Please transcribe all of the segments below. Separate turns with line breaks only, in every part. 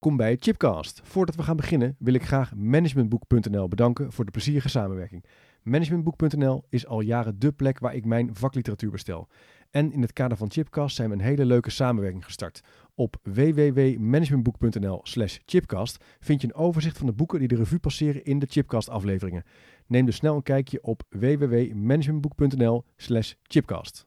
welkom bij Chipcast. Voordat we gaan beginnen wil ik graag managementboek.nl bedanken voor de plezierige samenwerking. Managementboek.nl is al jaren dé plek waar ik mijn vakliteratuur bestel. En in het kader van Chipcast zijn we een hele leuke samenwerking gestart. Op www.managementboek.nl/chipcast vind je een overzicht van de boeken die de revue passeren in de Chipcast afleveringen. Neem dus snel een kijkje op www.managementboek.nl/chipcast.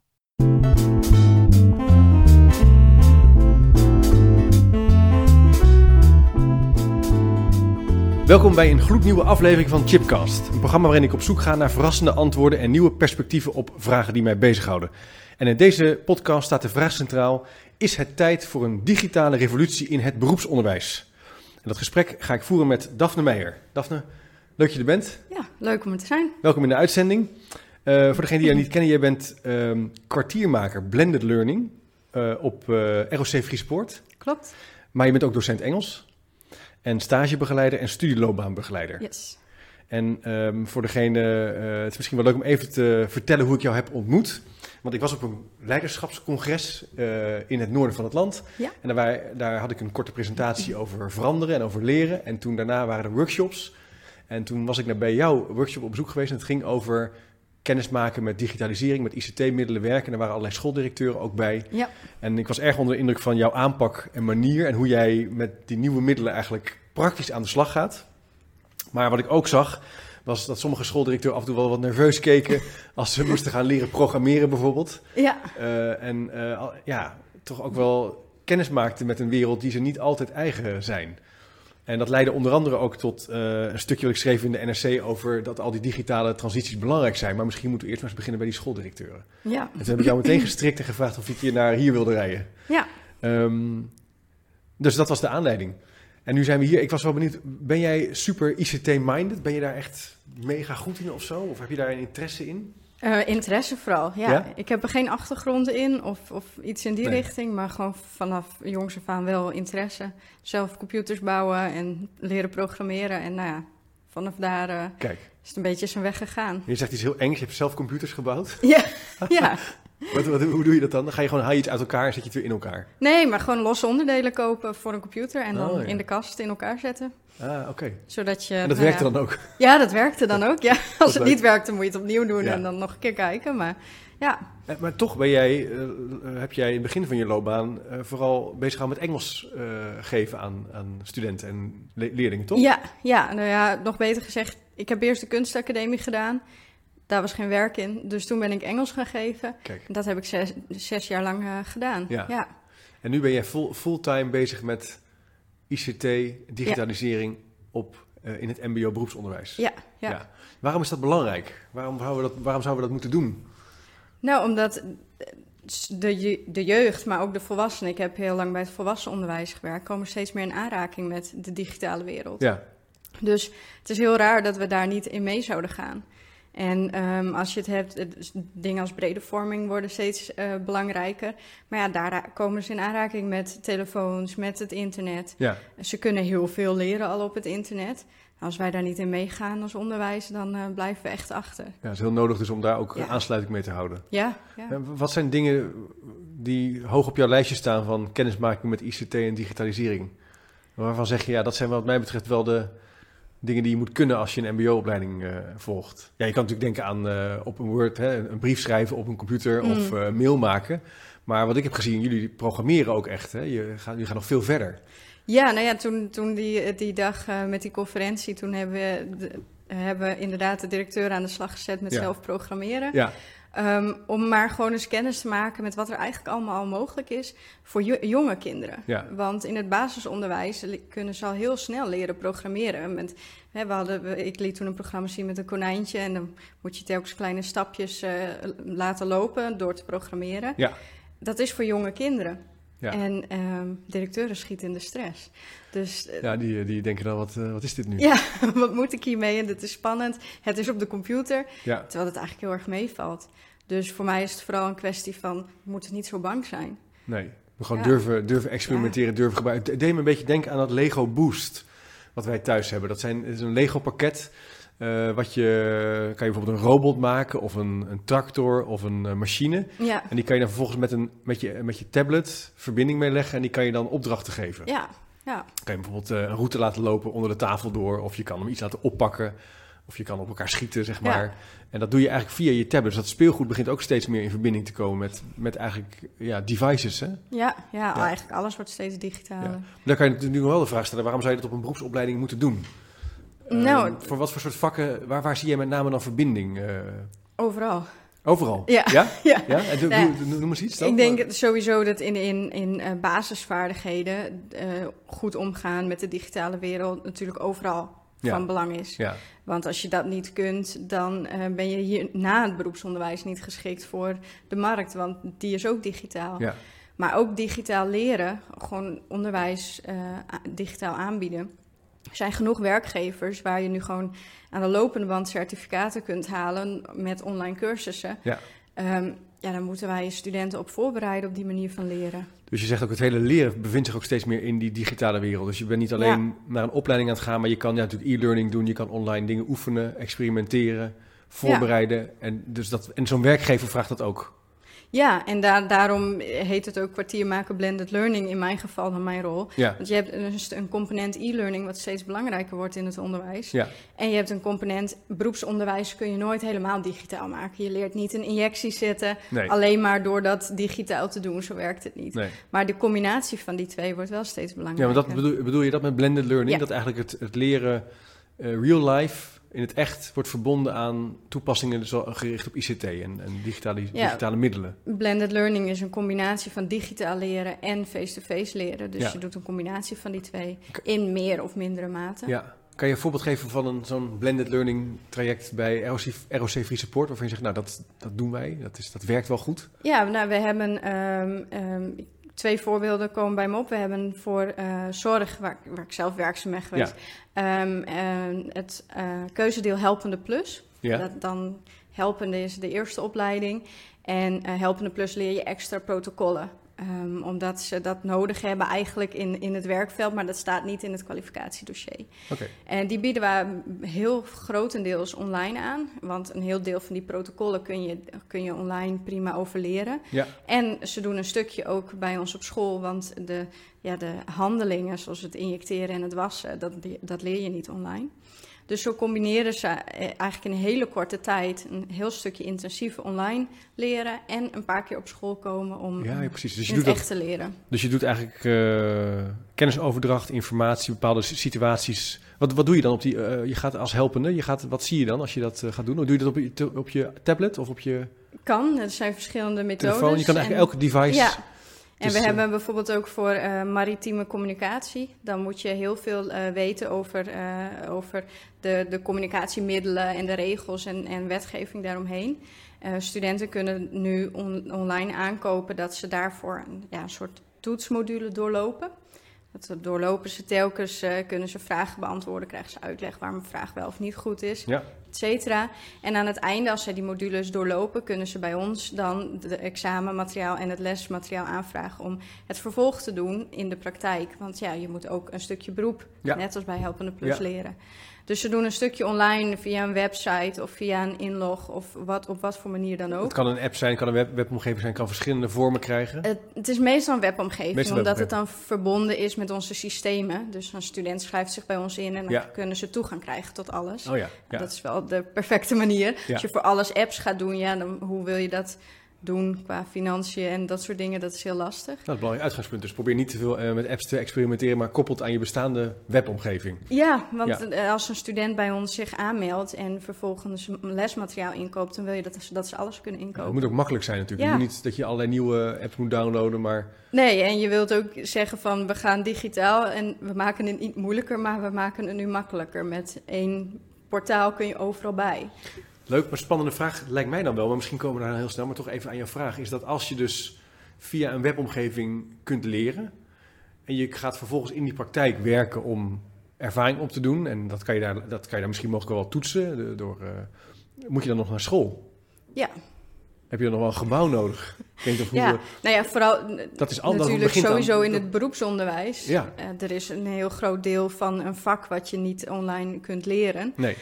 Welkom bij een gloednieuwe aflevering van Chipcast. Een programma waarin ik op zoek ga naar verrassende antwoorden en nieuwe perspectieven op vragen die mij bezighouden. En in deze podcast staat de vraag centraal: is het tijd voor een digitale revolutie in het beroepsonderwijs? En dat gesprek ga ik voeren met Daphne Meijer. Daphne, leuk dat je er bent.
Ja, leuk om er te zijn.
Welkom in de uitzending. Voor degenen die jou niet kennen, jij bent kwartiermaker Blended Learning op ROC Friespoort.
Klopt.
Maar je bent ook docent Engels. En stagebegeleider en studieloopbaanbegeleider.
Yes.
En voor degene, het is misschien wel leuk om even te vertellen hoe ik jou heb ontmoet. Want ik was op een leiderschapscongres in het noorden van het land.
Ja.
En daar had ik een korte presentatie over veranderen en over leren. En toen daarna waren er workshops. En toen was ik bij jouw workshop op bezoek geweest. En het ging over kennismaken met digitalisering, met ICT-middelen werken. En er waren allerlei schooldirecteuren ook bij.
Ja.
En ik was erg onder de indruk van jouw aanpak en manier en hoe jij met die nieuwe middelen eigenlijk praktisch aan de slag gaat. Maar wat ik ook zag, was dat sommige schooldirecteuren af en toe wel wat nerveus keken als ze moesten gaan leren programmeren bijvoorbeeld.
Ja.
Toch ook wel kennis maakten met een wereld die ze niet altijd eigen zijn. En dat leidde onder andere ook tot een stukje wat ik schreef in de NRC over dat al die digitale transities belangrijk zijn. Maar misschien moeten we eerst maar eens beginnen bij die schooldirecteuren.
Ja.
En toen heb ik jou meteen gestrikt en gevraagd of ik je naar hier wilde rijden.
Ja.
Dus dat was de aanleiding. En nu zijn we hier. Ik was wel benieuwd, ben jij super ICT-minded? Ben je daar echt mega goed in of zo? Of heb je daar een interesse in?
Interesse vooral, ja.
Ja?
Ik heb er geen achtergrond in of iets in die
Nee.
richting, maar gewoon vanaf jongs af aan wel interesse. Zelf computers bouwen en leren programmeren en nou ja, vanaf daar
Kijk,
is het een beetje zijn weg gegaan.
je zegt iets heel engs. Je hebt zelf computers gebouwd.
Ja, ja.
Hoe doe je dat dan? Dan haal je iets uit elkaar en zet je het weer in elkaar.
Nee, maar gewoon losse onderdelen kopen voor een computer en dan
Oh, ja.
in de kast in elkaar zetten.
Ah, oké.
Zodat je,
En dat
nou
werkte
ja,
dan ook?
Ja, dat werkte dan ook. Ja. Als het
leuk.
niet werkte, moet je het opnieuw doen
Ja.
en dan nog een keer kijken. Maar ja,
Maar toch heb jij in het begin van je loopbaan vooral bezig gehouden met Engels geven aan studenten en leerlingen, toch?
Ja, nou ja, nog beter gezegd, ik heb eerst de kunstacademie gedaan. Daar was geen werk in, dus toen ben ik Engels gaan geven.
Kijk.
En dat heb ik 6 jaar lang gedaan.
Ja.
Ja.
En nu ben jij fulltime bezig met ICT, digitalisering in het mbo beroepsonderwijs.
Ja.
Waarom is dat belangrijk? Waarom zouden we dat moeten doen?
Nou, omdat de jeugd, maar ook de volwassenen, ik heb heel lang bij het volwassenenonderwijs gewerkt, komen steeds meer in aanraking met de digitale wereld.
Ja,
Dus het is heel raar dat we daar niet in mee zouden gaan. En als je het hebt, dingen als brede vorming worden steeds belangrijker. Maar ja, daar komen ze in aanraking met telefoons, met het internet.
ja.
Ze kunnen heel veel leren al op het internet. Als wij daar niet in meegaan als onderwijs, dan blijven we echt achter.
Ja, het is heel nodig dus om daar ook
Ja.
aansluiting mee te houden.
Ja.
Wat zijn dingen die hoog op jouw lijstje staan van kennismaking met ICT en digitalisering? Waarvan zeg je, ja, dat zijn wat mij betreft wel de dingen die je moet kunnen als je een mbo-opleiding volgt. Ja, je kan natuurlijk denken aan op een Word, een brief schrijven op een computer of mail maken. Maar wat ik heb gezien, jullie programmeren ook echt. Hè? Jullie gaan nog veel verder.
Ja, nou ja, toen die dag met die conferentie, toen hebben we inderdaad de directeur aan de slag gezet met zelf programmeren.
Ja,
Om maar gewoon eens kennis te maken met wat er eigenlijk allemaal al mogelijk is voor jonge kinderen.
Ja.
Want in het basisonderwijs kunnen ze al heel snel leren programmeren. Ik liet toen een programma zien met een konijntje en dan moet je telkens kleine stapjes laten lopen door te programmeren.
ja.
Dat is voor jonge kinderen.
Ja.
En directeuren schieten in de stress. Dus
Ja, die denken dan, wat is dit nu?
ja, wat moet ik hiermee? En het is spannend. Het is op de computer,
Ja.
terwijl het eigenlijk heel erg meevalt. Dus voor mij is het vooral een kwestie van, we moeten niet zo bang zijn.
Nee, we gewoon
Ja.
durven experimenteren, durven gebruiken. Het deed me een beetje denken aan dat Lego Boost, wat wij thuis hebben. Dat is een Lego pakket. Kan je bijvoorbeeld een robot maken of een tractor of een machine.
Ja,
En die kan je dan vervolgens met je tablet verbinding mee leggen en die kan je dan opdrachten geven.
ja. Ja.
Kan je bijvoorbeeld een route laten lopen onder de tafel door, of je kan hem iets laten oppakken, of je kan op elkaar schieten, zeg maar.
Ja.
En dat doe je eigenlijk via je tablet. Dus dat speelgoed begint ook steeds meer in verbinding te komen met eigenlijk devices, hè?
Ja, eigenlijk alles wordt steeds digitaler.
Ja. Dan kan je natuurlijk nog wel de vraag stellen, waarom zou je dat op een beroepsopleiding moeten doen? Voor wat voor soort vakken, waar zie jij met name dan verbinding?
Overal.
Overal?
Ja.
Ja?
Ja.
Ja? En noem eens iets dan.
Ik denk sowieso dat in basisvaardigheden goed omgaan met de digitale wereld natuurlijk overal van belang is.
Ja.
Want als je dat niet kunt, dan ben je hier na het beroepsonderwijs niet geschikt voor de markt, want die is ook digitaal.
Ja.
Maar ook digitaal leren, gewoon onderwijs digitaal aanbieden. Er zijn genoeg werkgevers waar je nu gewoon aan de lopende band certificaten kunt halen met online cursussen.
Ja.
Dan moeten wij studenten op voorbereiden op die manier van leren.
Dus je zegt ook, het hele leren bevindt zich ook steeds meer in die digitale wereld. Dus je bent niet alleen naar een opleiding aan het gaan, maar je kan natuurlijk e-learning doen. Je kan online dingen oefenen, experimenteren, voorbereiden. En zo'n werkgever vraagt dat ook.
Ja, en daarom heet het ook kwartier maken blended learning in mijn geval, dan mijn rol.
Ja.
Want je hebt een component e-learning wat steeds belangrijker wordt in het onderwijs.
Ja.
En je hebt een component beroepsonderwijs kun je nooit helemaal digitaal maken. Je leert niet een injectie zetten, alleen maar door dat digitaal te doen. Zo werkt het niet.
Nee.
Maar de combinatie van die twee wordt wel steest belangrijker.
Ja, maar bedoel je dat met blended learning?
Ja.
Dat eigenlijk het leren real life in het echt wordt verbonden aan toepassingen gericht op ICT en digitale middelen.
Blended learning is een combinatie van digitaal leren en face-to-face leren. Dus je doet een combinatie van die twee in meer of mindere mate.
Ja. Kan je een voorbeeld geven van zo'n blended learning traject bij ROC Free Support, waarvan je zegt, dat doen wij, dat werkt wel goed?
Ja, we hebben 2 voorbeelden komen bij me op. We hebben voor zorg, waar ik zelf werkzaam ben geweest, het keuzedeel Helpende Plus.
Ja.
Dan Helpende is de eerste opleiding en Helpende Plus leer je extra protocollen. Omdat ze dat nodig hebben eigenlijk in het werkveld, maar dat staat niet in het kwalificatiedossier.
Okay.
En die bieden we heel grotendeels online aan, want een heel deel van die protocollen kun je online prima overleren.
Ja.
En ze doen een stukje ook bij ons op school, want de handelingen zoals het injecteren en het wassen, dat leer je niet online. Dus zo combineren ze eigenlijk in een hele korte tijd een heel stukje intensief online leren en een paar keer op school komen om
precies. Dus
in het echt te leren.
Dus je doet eigenlijk kennisoverdracht, informatie, bepaalde situaties. Wat doe je dan je gaat als helpende, wat zie je dan als je dat gaat doen? Of doe je dat op je tablet of op je
Kan, er zijn verschillende methodes.
Telefoon? Je kan eigenlijk elke device...
Ja. En we hebben bijvoorbeeld ook voor maritieme communicatie. Dan moet je heel veel weten over de communicatiemiddelen en de regels en wetgeving daaromheen. Studenten kunnen nu online aankopen dat ze daarvoor een soort toetsmodule doorlopen. Dat doorlopen ze telkens, kunnen ze vragen beantwoorden, krijgen ze uitleg waarom een vraag wel of niet goed is, et cetera. En aan het einde, als zij die modules doorlopen, kunnen ze bij ons dan de examenmateriaal en het lesmateriaal aanvragen om het vervolg te doen in de praktijk. Want je moet ook een stukje beroep, net als bij Helpende Plus, leren. Dus ze doen een stukje online via een website of via een inlog of op wat voor manier dan ook.
Het kan een app zijn, kan een webomgeving zijn, kan verschillende vormen krijgen.
Het is meestal een webomgeving, omdat het dan verbonden is met onze systemen. Dus een student schrijft zich bij ons in en dan kunnen ze toegang krijgen tot alles.
Oh ja.
Dat is wel de perfecte manier. Als je voor alles apps gaat doen, dan hoe wil je dat doen qua financiën en dat soort dingen, dat is heel lastig.
Dat is een belangrijk uitgangspunt. Dus probeer niet te veel met apps te experimenteren, maar koppelt aan je bestaande webomgeving.
Ja, want als een student bij ons zich aanmeldt en vervolgens lesmateriaal inkoopt, dan wil je dat ze alles kunnen inkopen.
Het moet ook makkelijk zijn natuurlijk. Je moet niet dat je allerlei nieuwe apps moet downloaden, maar...
Nee, en je wilt ook zeggen van we gaan digitaal en we maken het niet moeilijker, maar we maken het nu makkelijker. Met 1 portaal kun je overal bij.
Leuk, maar spannende vraag lijkt mij dan wel, maar misschien komen we daar heel snel, maar toch even aan jouw vraag. Is dat als je dus via een webomgeving kunt leren en je gaat vervolgens in die praktijk werken om ervaring op te doen, en dat kan je daar misschien mogelijk wel toetsen, moet je dan nog naar school?
Ja.
Heb je dan nog wel een gebouw nodig? Ik weet niet
vooral
dat is
natuurlijk sowieso in het beroepsonderwijs.
Ja.
Er is een heel groot deel van een vak wat je niet online kunt leren.
Nee.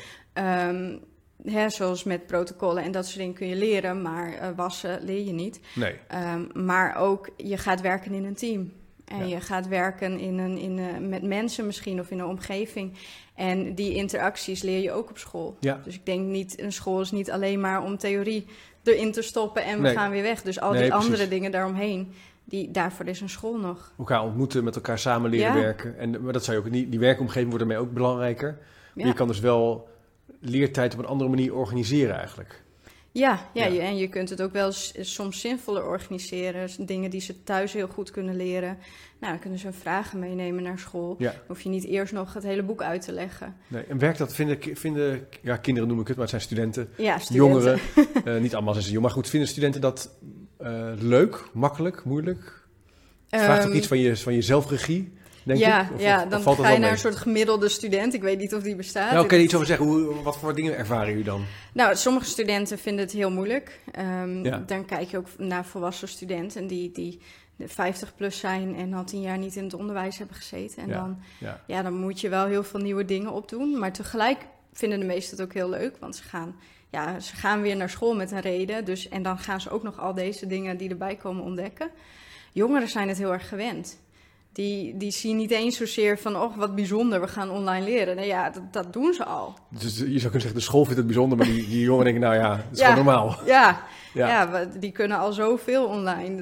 Zoals met protocollen en dat soort dingen kun je leren, maar wassen leer je niet.
Nee.
Maar ook, je gaat werken in een team. En je gaat werken met mensen misschien of in een omgeving. En die interacties leer je ook op school.
Ja.
Dus ik denk niet, een school is niet alleen maar om theorie erin te stoppen en we gaan weer weg. Dus al die andere dingen daaromheen, daarvoor is een school nog.
Elkaar ontmoeten, met elkaar samen leren werken. Maar dat zou je ook niet. Die werkomgeving wordt ermee ook belangrijker. Ja. Je kan dus wel leertijd op een andere manier organiseren eigenlijk.
Ja. En je kunt het ook wel soms zinvoller organiseren. Dingen die ze thuis heel goed kunnen leren. Nou, dan kunnen ze vragen meenemen naar school. Ja. Dan hoef je niet eerst nog het hele boek uit te leggen.
Nee, en werkt dat, vinden kinderen noem ik het, maar het zijn studenten,
jongeren.
Niet allemaal zijn ze jong, maar goed, vinden studenten dat leuk, makkelijk, moeilijk? Het vraagt ook iets van je zelfregie, denk ik?
Dan ga je naar een soort gemiddelde student. Ik weet niet of die bestaat.
Nou, kan je iets over zeggen? Wat voor dingen ervaren jullie dan?
Nou, sommige studenten vinden het heel moeilijk. Dan kijk je ook naar volwassen studenten die 50 plus zijn en al 10 jaar niet in het onderwijs hebben gezeten. En dan moet je wel heel veel nieuwe dingen opdoen. Maar tegelijk vinden de meesten het ook heel leuk, want ze gaan weer naar school met een reden. Dus, en dan gaan ze ook nog al deze dingen die erbij komen ontdekken. Jongeren zijn het heel erg gewend. Die zien niet eens zozeer van, wat bijzonder, we gaan online leren. Nee, dat doen ze al. Dus
je zou kunnen zeggen, de school vindt het bijzonder, maar die jongeren denken, het is gewoon normaal.
Ja, die kunnen al zoveel online.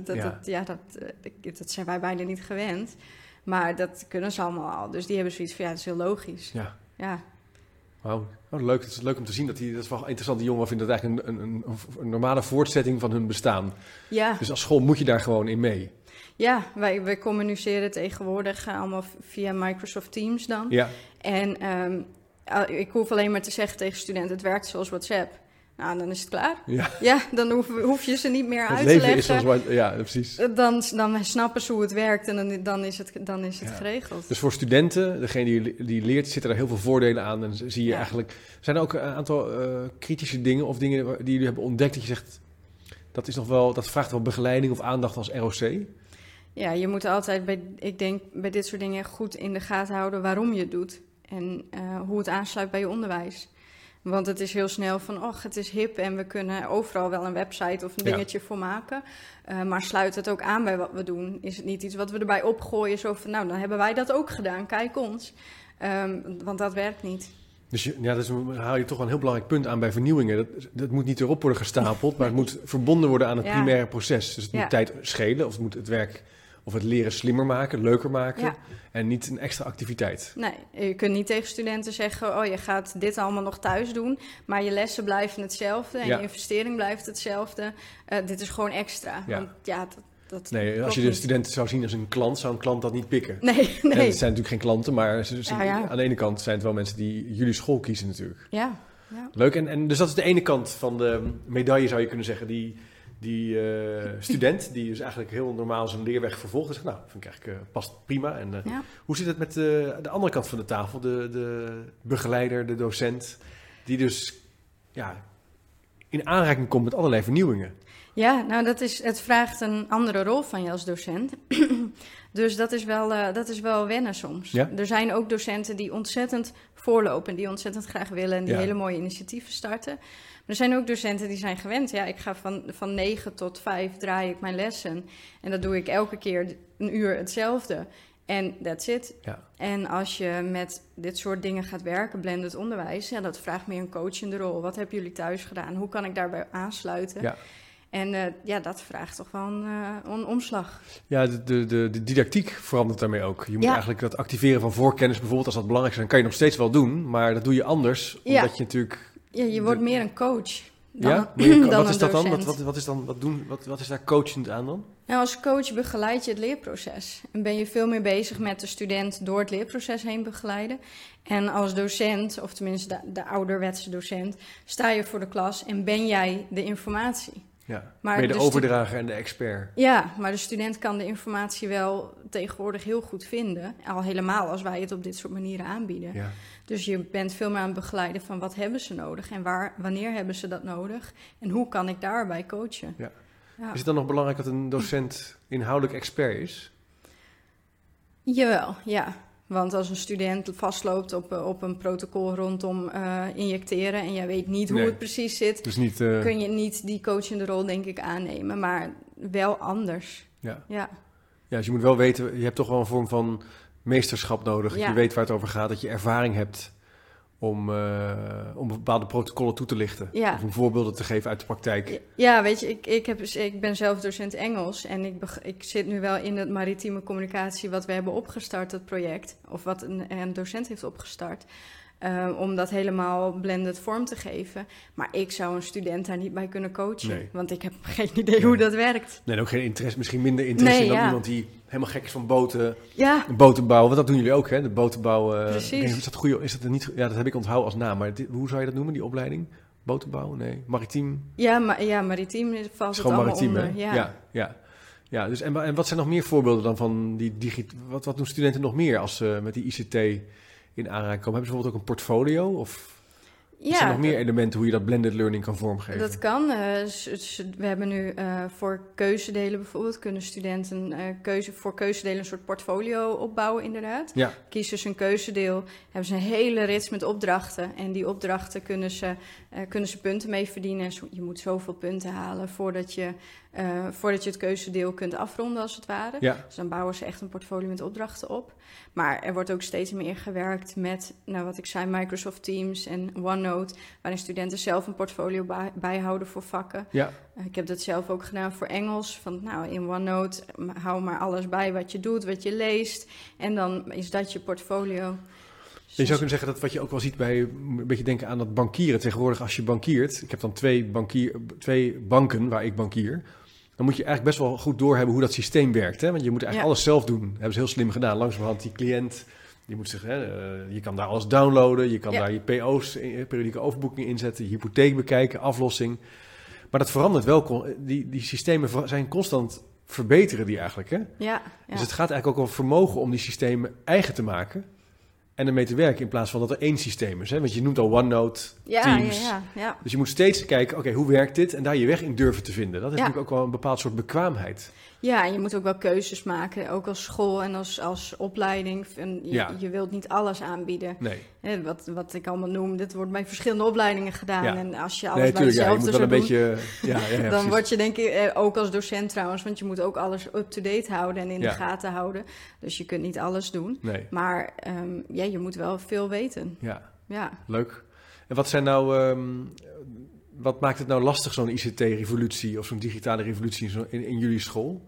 Dat zijn wij bijna niet gewend. Maar dat kunnen ze allemaal al. Dus die hebben zoiets van, dat is heel logisch. Ja.
Wauw, leuk. Het is leuk om te zien dat is wel interessant. Die jongeren vinden dat eigenlijk een normale voortzetting van hun bestaan. Ja. Dus als school moet je daar gewoon in mee.
Ja, wij communiceren tegenwoordig allemaal via Microsoft Teams dan. Ja. En ik hoef alleen maar te zeggen tegen studenten, het werkt zoals WhatsApp. Nou, dan is het klaar. Ja, dan hoef je ze niet meer uit te leggen.
Het leven is zoals... precies.
Dan snappen ze hoe het werkt en dan is het geregeld.
Dus voor studenten, degene die leert, zitten er heel veel voordelen aan. En zie je eigenlijk... Zijn er ook een aantal kritische dingen of dingen die jullie hebben ontdekt dat je zegt, dat vraagt wel begeleiding of aandacht als ROC?
Ja, je moet altijd bij dit soort dingen goed in de gaten houden waarom je het doet. En hoe het aansluit bij je onderwijs. Want het is heel snel van, het is hip en we kunnen overal wel een website of een dingetje voor maken. Maar sluit het ook aan bij wat we doen? Is het niet iets wat we erbij opgooien? Zo van, dan hebben wij dat ook gedaan, kijk ons. Want dat werkt niet.
Dus dan haal je toch een heel belangrijk punt aan bij vernieuwingen. Dat moet niet erop worden gestapeld, maar het moet verbonden worden aan het primaire proces. Dus het moet tijd schelen of het moet het werk... Of het leren slimmer maken, leuker maken en niet een extra activiteit.
Nee, je kunt niet tegen studenten zeggen, je gaat dit allemaal nog thuis doen, maar je lessen blijven hetzelfde en je investering blijft hetzelfde. Dit is gewoon extra. Want dat
als je de studenten zou zien als een klant, zou een klant dat niet pikken.
Nee.
En het zijn natuurlijk geen klanten, maar aan de ene kant zijn het wel mensen die jullie school kiezen natuurlijk. Ja. Leuk, en dus dat is de ene kant van de medaille zou je kunnen zeggen, die student, die dus eigenlijk heel normaal zijn leerweg vervolgt. Dus vind ik eigenlijk past prima. En hoe zit het met de andere kant van de tafel? De begeleider, de docent, die dus in aanraking komt met allerlei vernieuwingen.
Ja, het vraagt een andere rol van je als docent. Dus dat is wel wennen soms. Ja? Er zijn ook docenten die ontzettend voorlopen, die ontzettend graag willen en die hele mooie initiatieven starten. Maar er zijn ook docenten die zijn gewend. Ja, ik ga van 9 tot 5 draai ik mijn lessen. En dat doe ik elke keer een uur hetzelfde. En that's it. Ja. En als je met dit soort dingen gaat werken, blended onderwijs, dat vraagt meer een coachende rol. Wat hebben jullie thuis gedaan? Hoe kan ik daarbij aansluiten? Ja. En dat vraagt toch wel een omslag. Ja,
de didactiek verandert daarmee ook. Je moet eigenlijk dat activeren van voorkennis bijvoorbeeld, als dat belangrijk is, dan kan je nog steeds wel doen, maar dat doe je anders, omdat je natuurlijk...
Ja, je wordt meer een coach dan,
wat is dat dan? Wat is daar coachend aan dan?
Nou, als coach begeleid je het leerproces. En ben je veel meer bezig met de student door het leerproces heen begeleiden. En als docent, of tenminste de ouderwetse docent, sta je voor de klas en ben jij de informatie.
Ja, maar de overdrager en de expert.
Ja, maar de student kan de informatie wel tegenwoordig heel goed vinden. Al helemaal als wij het op dit soort manieren aanbieden. Ja. Dus je bent veel meer aan het begeleiden van wat hebben ze nodig en wanneer hebben ze dat nodig en hoe kan ik daarbij coachen. Ja. Ja.
Is het dan nog belangrijk dat een docent inhoudelijk expert is?
Jawel, ja. Want als een student vastloopt op een protocol rondom injecteren en jij weet niet hoe het precies zit, dus kun je niet die coachende rol denk ik aannemen, maar wel anders. Ja.
Ja, dus je moet wel weten, je hebt toch wel een vorm van meesterschap nodig. Dat
Ja.
je weet waar het over gaat, dat je ervaring hebt om bepaalde protocollen toe te lichten.
Ja.
Of om voorbeelden te geven uit de praktijk.
Ja, weet je, ik ben zelf docent Engels en ik zit nu wel in het maritieme communicatie wat we hebben opgestart, dat project. Of wat een docent heeft opgestart. Om dat helemaal blended vorm te geven. Maar ik zou een student daar niet bij kunnen coachen.
Nee.
Want ik heb geen idee hoe dat werkt.
Nee, en ook geen interesse, misschien minder interesse
Nee,
dan
ja.
iemand die helemaal gek is van boten.
Ja,
Botenbouw, want dat doen jullie ook, hè? De botenbouw.
Precies.
Ik denk, is dat goede? Is dat er niet? Ja, dat heb ik onthouden als naam. Maar hoe zou je dat noemen, die opleiding? Botenbouw? Nee, maritiem.
ja, maritiem valt het allemaal
Maritiem,
onder.
hè?
Ja.
Ja, dus en wat zijn nog meer voorbeelden dan van die wat doen studenten nog meer als ze met die ICT in aanraking komen? Hebben ze bijvoorbeeld ook een portfolio? Of zijn er nog meer elementen hoe je dat blended learning kan vormgeven?
Dat kan. We hebben nu voor keuzedelen bijvoorbeeld, kunnen studenten voor keuzedelen een soort portfolio opbouwen inderdaad.
Ja,
Kiezen ze een keuzedeel, hebben ze een hele rits met opdrachten. En die opdrachten kunnen ze punten mee verdienen. Je moet zoveel punten halen voordat je het keuzedeel kunt afronden als het ware.
ja.
Dus dan bouwen ze echt een portfolio met opdrachten op. Maar er wordt ook steeds meer gewerkt met, wat ik zei, Microsoft Teams en OneNote, waarin studenten zelf een portfolio bijhouden voor vakken.
Ja.
Ik heb dat zelf ook gedaan voor Engels. In OneNote hou maar alles bij wat je doet, wat je leest. En dan is dat je portfolio.
Je zou kunnen zeggen dat wat je ook wel ziet bij een beetje denken aan dat bankieren. Tegenwoordig als je bankiert, ik heb dan twee banken waar ik bankier. Dan moet je eigenlijk best wel goed doorhebben hoe dat systeem werkt. Hè? Want je moet eigenlijk alles zelf doen. Dat hebben ze heel slim gedaan. Langzamerhand die cliënt, die moet zich, je kan daar alles downloaden. Je kan daar je PO's, periodieke overboekingen inzetten. Je hypotheek bekijken, aflossing. Maar dat verandert wel. Die systemen zijn constant verbeteren die eigenlijk. Hè?
Ja.
Dus het gaat eigenlijk ook over vermogen om die systemen eigen te maken. En ermee te werken in plaats van dat er één systeem is. Hè? Want je noemt al OneNote, Teams.
Ja.
Dus je moet steeds kijken, oké, hoe werkt dit? En daar je weg in durven te vinden. Dat is natuurlijk ook wel een bepaald soort bekwaamheid.
Ja, en je moet ook wel keuzes maken, ook als school en als opleiding. Je wilt niet alles aanbieden.
Nee.
Wat ik allemaal noem, dit wordt bij verschillende opleidingen gedaan.
Ja.
En als je alles bij jezelf
je moet wel een beetje...
dan
precies.
word je denk ik, ook als docent trouwens, want je moet ook alles up-to-date houden en in de gaten houden. Dus je kunt niet alles doen.
Nee.
Maar je moet wel veel weten.
Ja, leuk. En wat zijn nou... wat maakt het nou lastig, zo'n ICT-revolutie of zo'n digitale revolutie in jullie school?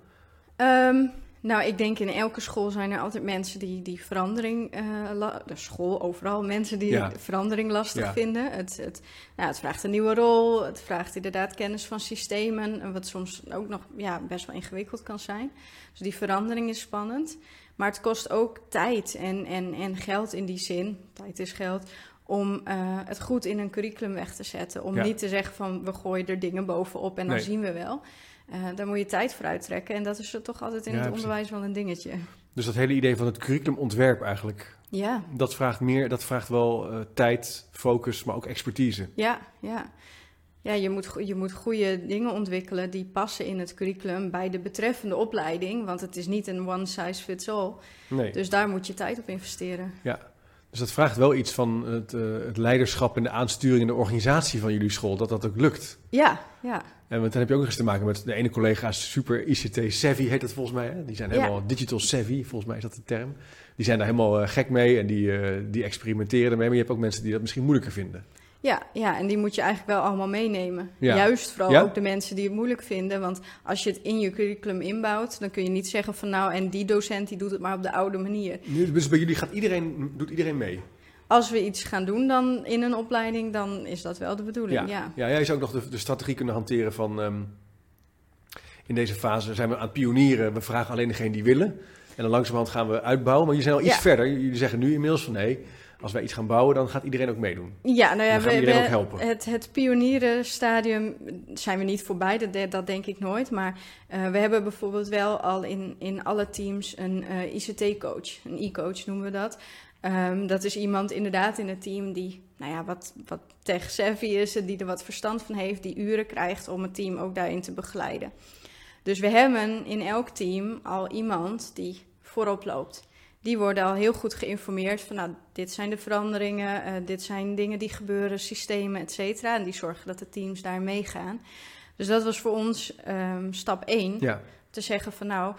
Ik denk in elke school zijn er altijd mensen die verandering, de school overal, mensen die verandering lastig vinden. Het vraagt een nieuwe rol, het vraagt inderdaad kennis van systemen, wat soms ook nog best wel ingewikkeld kan zijn. Dus die verandering is spannend. Maar het kost ook tijd en geld in die zin, tijd is geld, om het goed in een curriculum weg te zetten. Om niet te zeggen van we gooien er dingen bovenop en dan zien we wel. Daar moet je tijd voor uittrekken. En dat is er toch altijd in het onderwijs wel een dingetje.
Dus dat hele idee van het curriculumontwerp eigenlijk.
Ja.
Dat vraagt wel tijd, focus, maar ook expertise.
Ja. Ja, je moet goede dingen ontwikkelen die passen in het curriculum bij de betreffende opleiding. Want het is niet een one size fits all. Nee. Dus daar moet je tijd op investeren. Ja.
Dus dat vraagt wel iets van het leiderschap en de aansturing en de organisatie van jullie school, dat ook lukt.
Ja.
En want dan heb je ook nog eens te maken met de ene collega is super ICT-savvy, heet dat volgens mij. Hè? Die zijn helemaal digital savvy, volgens mij is dat de term. Die zijn daar helemaal gek mee en die experimenteren ermee. Maar je hebt ook mensen die dat misschien moeilijker vinden.
Ja, en die moet je eigenlijk wel allemaal meenemen.
Ja.
Juist vooral ook de mensen die het moeilijk vinden. Want als je het in je curriculum inbouwt, dan kun je niet zeggen van en die docent die doet het maar op de oude manier.
Dus bij jullie doet iedereen mee?
Als we iets gaan doen dan in een opleiding, dan is dat wel de bedoeling,
ja. Jij zou ook nog de strategie kunnen hanteren van... in deze fase zijn we aan het pionieren. We vragen alleen degene die willen. En dan langzamerhand gaan we uitbouwen. Maar jullie zijn al iets verder. Jullie zeggen nu inmiddels van nee... Als wij iets gaan bouwen, dan gaat iedereen ook meedoen.
Ja, dan gaan
we iedereen ook helpen.
Het pionierenstadium zijn we niet voorbij, dat denk ik nooit. Maar we hebben bijvoorbeeld wel al in alle teams een ICT-coach. Een e-coach noemen we dat. Dat is iemand inderdaad in het team die wat tech-savvy is, die er wat verstand van heeft, die uren krijgt om het team ook daarin te begeleiden. Dus we hebben in elk team al iemand die voorop loopt. Die worden al heel goed geïnformeerd van dit zijn de veranderingen, dit zijn dingen die gebeuren, systemen, et cetera. En die zorgen dat de teams daar meegaan. Dus dat was voor ons stap 1. Ja. Te zeggen van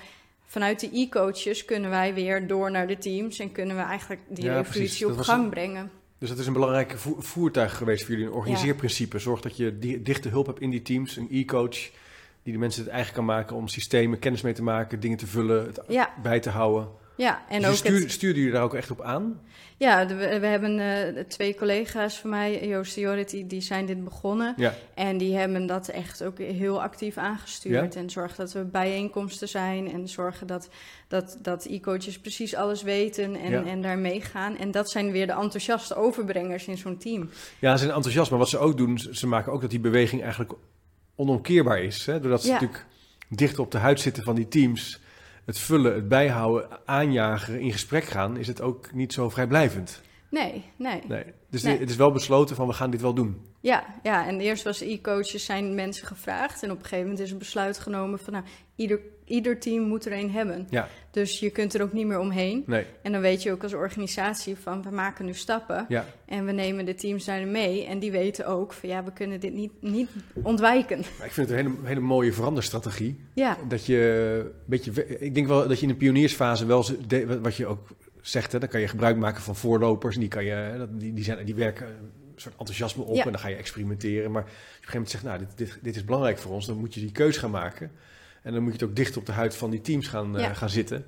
vanuit de e-coaches kunnen wij weer door naar de teams en kunnen we eigenlijk die revolutie op gang brengen.
Dus dat is een belangrijke voertuig geweest voor jullie, een organiseerprincipe. Zorg dat je dichte hulp hebt in die teams, een e-coach die de mensen het eigen kan maken om systemen, kennis mee te maken, dingen te vullen, het bij te houden.
Ja, en
dus
ook
stuurde jullie daar ook echt op aan?
Ja, we hebben 2 collega's van mij, Joost en Jorrit, die zijn dit begonnen. Ja. En die hebben dat echt ook heel actief aangestuurd. Ja. En zorgen dat we bijeenkomsten zijn en zorgen dat e-coaches precies alles weten en daar meegaan. En dat zijn weer de enthousiaste overbrengers in zo'n team.
Ja, ze zijn enthousiast, maar wat ze ook doen, ze maken ook dat die beweging eigenlijk onomkeerbaar is. Hè? Doordat ze natuurlijk dichter op de huid zitten van die teams, het vullen, het bijhouden, aanjagen, in gesprek gaan, is het ook niet zo vrijblijvend.
Nee.
Dus het is wel besloten van we gaan dit wel doen.
Ja, en eerst was e-coaches zijn mensen gevraagd en op een gegeven moment is een besluit genomen van ieder team moet er een hebben. Ja. Dus je kunt er ook niet meer omheen. Nee. En dan weet je ook als organisatie van we maken nu stappen en we nemen de teams daarin mee en die weten ook van we kunnen dit niet ontwijken.
Maar ik vind het een hele mooie veranderstrategie. Ja. Dat je ik denk wel dat je in de pioniersfase wel wat je ook zegt, hè, dan kan je gebruik maken van voorlopers en die werken een soort enthousiasme op en dan ga je experimenteren. Maar als je op een gegeven moment zegt, dit is belangrijk voor ons, dan moet je die keus gaan maken. En dan moet je het ook dicht op de huid van die teams gaan zitten.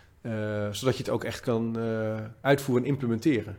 Zodat je het ook echt kan uitvoeren en implementeren.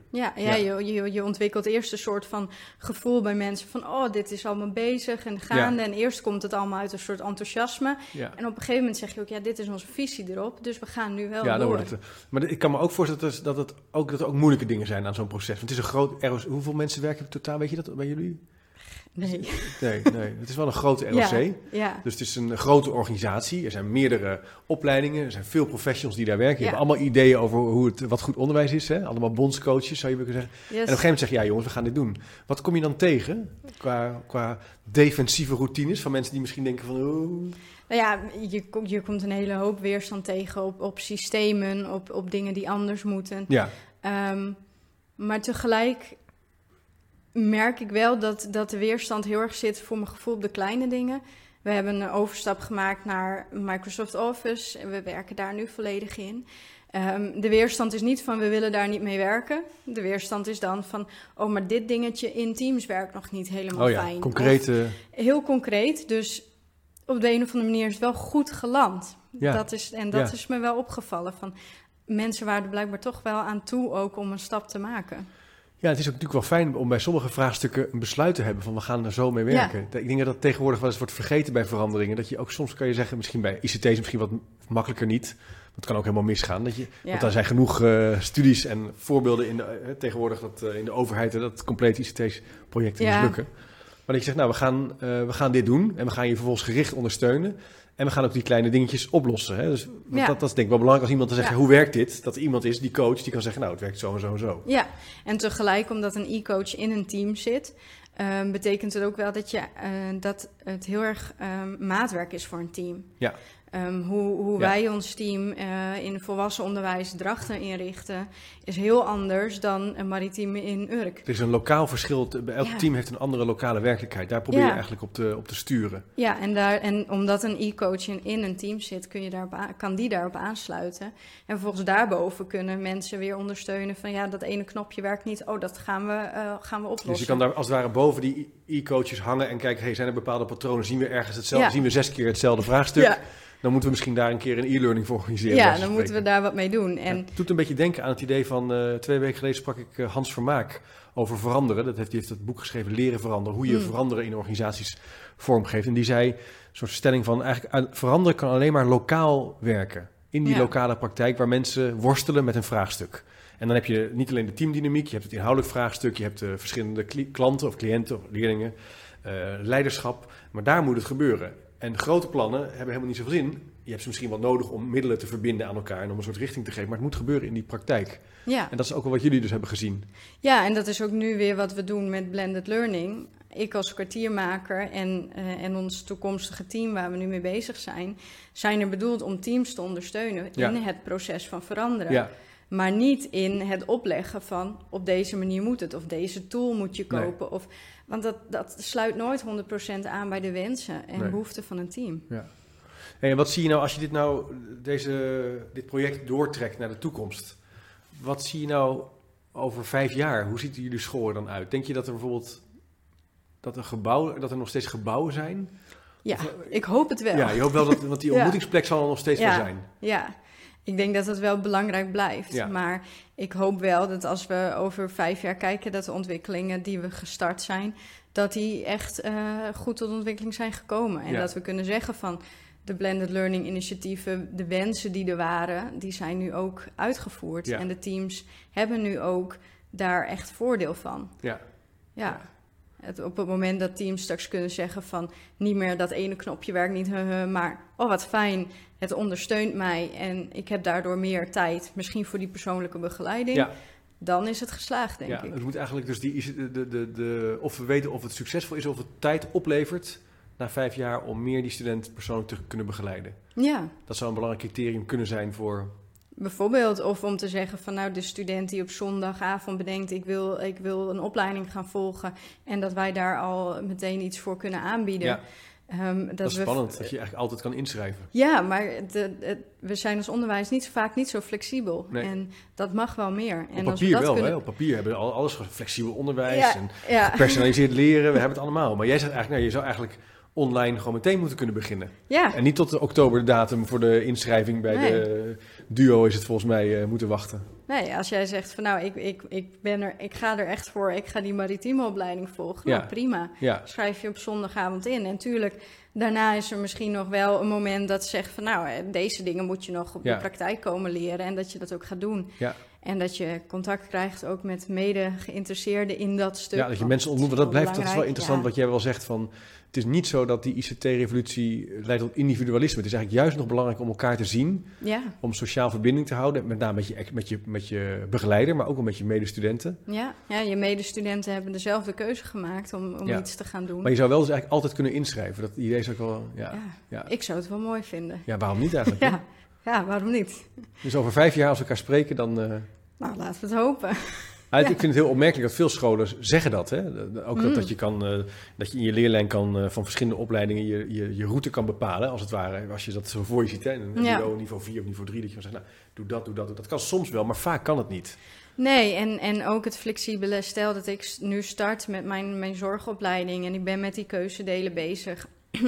Je ontwikkelt eerst een soort van gevoel bij mensen van dit is allemaal bezig en gaande. Ja. En eerst komt het allemaal uit een soort enthousiasme. Ja. En op een gegeven moment zeg je ook, dit is onze visie erop. Dus we gaan nu wel door. Dan wordt
maar ik kan me ook voorstellen dat er ook moeilijke dingen zijn aan zo'n proces. Want het is een groot hoeveel mensen werken totaal, weet je dat bij jullie?
Nee.
Het is wel een grote LOC. Ja. Dus het is een grote organisatie. Er zijn meerdere opleidingen. Er zijn veel professionals die daar werken. Die hebben allemaal ideeën over wat goed onderwijs is. Hè? Allemaal bondscoaches, zou je kunnen zeggen. Yes. En op een gegeven moment zeg je, jongens, we gaan dit doen. Wat kom je dan tegen qua defensieve routines van mensen die misschien denken van...
Nou ja, je komt een hele hoop weerstand tegen op systemen, op dingen die anders moeten. Ja. Maar tegelijk merk ik wel dat de weerstand heel erg zit voor mijn gevoel op de kleine dingen. We hebben een overstap gemaakt naar Microsoft Office en we werken daar nu volledig in. De weerstand is niet van we willen daar niet mee werken. De weerstand is dan van maar dit dingetje in Teams werkt nog niet helemaal fijn.
Concrete...
Heel concreet, dus op de een of andere manier is het wel goed geland. Ja. Dat is me wel opgevallen. Van mensen waren er blijkbaar toch wel aan toe ook om een stap te maken.
Ja, het is ook natuurlijk wel fijn om bij sommige vraagstukken een besluit te hebben van we gaan er zo mee werken. Ja. Ik denk dat dat tegenwoordig wel eens wordt vergeten bij veranderingen. Dat je ook soms kan je zeggen, misschien bij ICT's misschien wat makkelijker niet. Dat kan ook helemaal misgaan. Want daar zijn genoeg studies en voorbeelden tegenwoordig dat in de overheid dat complete ICT-projecten mislukken. Maar dat je zegt, we gaan dit doen en we gaan je vervolgens gericht ondersteunen. En we gaan ook die kleine dingetjes oplossen. Hè? Dus dat is denk ik wel belangrijk als iemand te zeggen, hoe werkt dit? Dat er iemand is, die coach, die kan zeggen, het werkt zo en zo en zo. Ja,
en tegelijk omdat een e-coach in een team zit, betekent het ook wel dat het heel erg maatwerk is voor een team. Ja. Hoe wij ons team in volwassen onderwijs Drachten inrichten, is heel anders dan een maritieme in Urk. Er
is een lokaal verschil. Elk team heeft een andere lokale werkelijkheid. Daar probeer je eigenlijk op te sturen.
Ja, en omdat een e-coach in een team zit, kan die daarop aansluiten. En vervolgens daarboven kunnen mensen weer ondersteunen van dat ene knopje werkt niet. Dat gaan we oplossen.
Dus je kan daar als het ware boven die e-coaches hangen en kijken, zijn er bepaalde patronen? Zien we ergens hetzelfde? Zien we 6 keer hetzelfde vraagstuk? Ja. Dan moeten we misschien daar een keer een e-learning voor organiseren.
Ja, dan moeten we daar wat mee doen. En
het doet een beetje denken aan het idee van 2 weken geleden sprak ik Hans Vermaak over veranderen. Die heeft het boek geschreven, Leren veranderen. Hoe je veranderen in organisaties vormgeeft. En die zei, een soort stelling van, eigenlijk veranderen kan alleen maar lokaal werken. In die lokale praktijk waar mensen worstelen met een vraagstuk. En dan heb je niet alleen de teamdynamiek, je hebt het inhoudelijk vraagstuk, je hebt de verschillende klanten of cliënten of leerlingen, leiderschap. Maar daar moet het gebeuren. En grote plannen hebben helemaal niet zoveel zin. Je hebt ze misschien wel nodig om middelen te verbinden aan elkaar en om een soort richting te geven. Maar het moet gebeuren in die praktijk. Ja. En dat is ook wel wat jullie dus hebben gezien.
Ja, en dat is ook nu weer wat we doen met blended learning. Ik als kwartiermaker en ons toekomstige team waar we nu mee bezig zijn er bedoeld om teams te ondersteunen in het proces van veranderen. Ja. Maar niet in het opleggen van op deze manier moet het of deze tool moet je kopen. Nee. Want dat sluit nooit 100% aan bij de wensen en behoeften van een team. Ja.
Hey, en wat zie je nou als je dit project doortrekt naar de toekomst? Wat zie je nou over 5 jaar? Hoe ziet jullie school er dan uit? Denk je dat er bijvoorbeeld dat er nog steeds gebouwen zijn?
Ja, ik hoop het wel.
Ja, je hoopt wel want die ontmoetingsplek zal er nog steeds wel zijn.
Ja, ik denk dat het wel belangrijk blijft.
Ja.
Maar ik hoop wel dat als we over 5 jaar kijken, dat de ontwikkelingen die we gestart zijn, dat die echt goed tot ontwikkeling zijn gekomen. En dat we kunnen zeggen van de blended learning initiatieven, de wensen die er waren, die zijn nu ook uitgevoerd.
Ja.
En de teams hebben nu ook daar echt voordeel van. Ja. Op het moment dat teams straks kunnen zeggen van niet meer dat ene knopje werkt niet, maar oh wat fijn, het ondersteunt mij en ik heb daardoor meer tijd, misschien voor die persoonlijke begeleiding, dan is het geslaagd, denk ik.
Het moet eigenlijk dus of we weten of het succesvol is, of het tijd oplevert na 5 jaar om meer die student persoonlijk te kunnen begeleiden.
Ja.
Dat zou een belangrijk criterium kunnen zijn voor...
Bijvoorbeeld, of om te zeggen van nou de student die op zondagavond bedenkt ik wil een opleiding gaan volgen en dat wij daar al meteen iets voor kunnen aanbieden.
Ja. Dat is spannend, dat je eigenlijk altijd kan inschrijven.
Ja, maar we zijn als onderwijs vaak niet zo flexibel. Nee. En dat mag wel meer.
Op papier wel, hè? Op papier hebben we alles flexibel onderwijs en gepersonaliseerd leren. We hebben het allemaal. Maar jij zegt eigenlijk, je zou eigenlijk online gewoon meteen moeten kunnen beginnen. Ja. En niet tot de oktober de datum voor de inschrijving bij de DUO is het volgens mij moeten wachten.
Nee, als jij zegt van nou, ik ga er echt voor, ik ga die maritieme opleiding volgen. Nou, prima. Ja. Schrijf je op zondagavond in. En natuurlijk, daarna is er misschien nog wel een moment dat ze zegt van nou, deze dingen moet je nog op de praktijk komen leren en dat je dat ook gaat doen. Ja. En dat je contact krijgt ook met mede-geïnteresseerden in dat stuk. Ja,
dat je mensen ontmoet. Dat is wel interessant wat jij wel zegt van... Het is niet zo dat die ICT-revolutie leidt tot individualisme. Het is eigenlijk juist nog belangrijk om elkaar te zien. Ja. Om sociaal verbinding te houden. Met name met je begeleider, maar ook wel met je medestudenten.
Ja, je medestudenten hebben dezelfde keuze gemaakt om iets te gaan doen.
Maar je zou wel dus eigenlijk altijd kunnen inschrijven. Dat idee is ook wel...
Ja. Ik zou het wel mooi vinden.
Ja, waarom niet eigenlijk?
Ja, waarom niet?
Dus over 5 jaar als we elkaar spreken, dan...
Nou, laten we het hopen.
Ik vind het heel opmerkelijk dat veel scholen zeggen dat. Hè? Ook dat je in je leerlijn kan van verschillende opleidingen je route kan bepalen, als het ware. Als je dat zo voor je ziet, hè? Niveau 4 of niveau 3, dat je dan zegt, nou, doe dat. Dat kan soms wel, maar vaak kan het niet.
Nee, en ook het flexibele, stel dat ik nu start met mijn zorgopleiding en ik ben met die keuzedelen bezig.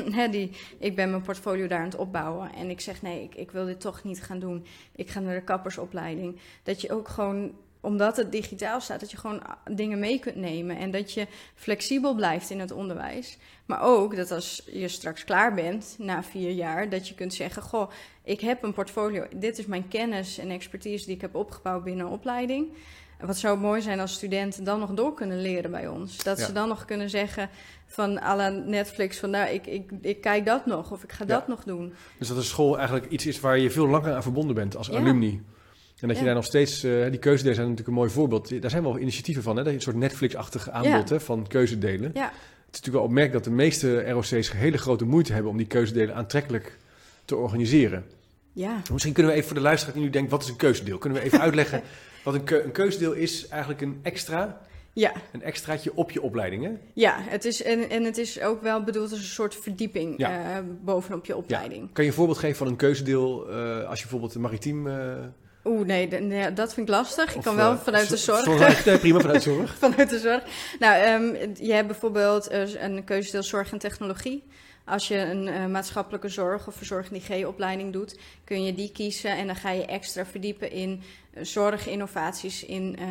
Ik ben mijn portfolio daar aan het opbouwen en ik zeg nee, ik wil dit toch niet gaan doen. Ik ga naar de kappersopleiding. Dat je ook gewoon, omdat het digitaal staat, dat je gewoon dingen mee kunt nemen en dat je flexibel blijft in het onderwijs. Maar ook dat als je straks klaar bent, na 4 jaar, dat je kunt zeggen, goh, ik heb een portfolio, dit is mijn kennis en expertise die ik heb opgebouwd binnen een opleiding. Wat zou mooi zijn als studenten dan nog door kunnen leren bij ons. Dat ze dan nog kunnen zeggen van à la Netflix, van nou, ik kijk dat nog of ik ga dat nog doen. Dus
dat de school eigenlijk iets is waar je veel langer aan verbonden bent als alumni. En dat je daar nog steeds, die keuzedelen zijn natuurlijk een mooi voorbeeld. Daar zijn wel initiatieven van, hè? Dat je een soort Netflix-achtige aanbod van keuzedelen. Ja. Het is natuurlijk wel opmerkelijk dat de meeste ROC's hele grote moeite hebben om die keuzedelen aantrekkelijk te organiseren. Ja. Misschien kunnen we even voor de luisteraar die nu denkt, wat is een keuzedeel? Kunnen we even uitleggen wat een keuzedeel is? Eigenlijk een extra... Ja. Een extraatje op je opleiding, hè?
Ja, het is ook wel bedoeld als een soort verdieping bovenop je opleiding. Ja.
Kan je een voorbeeld geven van een keuzedeel als je bijvoorbeeld een maritiem...
Nee, dat vind ik lastig. Ik kan wel vanuit de zorg.
Prima, vanuit de zorg.
Vanuit de zorg. Nou, je hebt bijvoorbeeld een keuzedeel zorg en technologie. Als je een maatschappelijke zorg of verzorgende IG-opleiding doet, kun je die kiezen en dan ga je extra verdiepen in zorginnovaties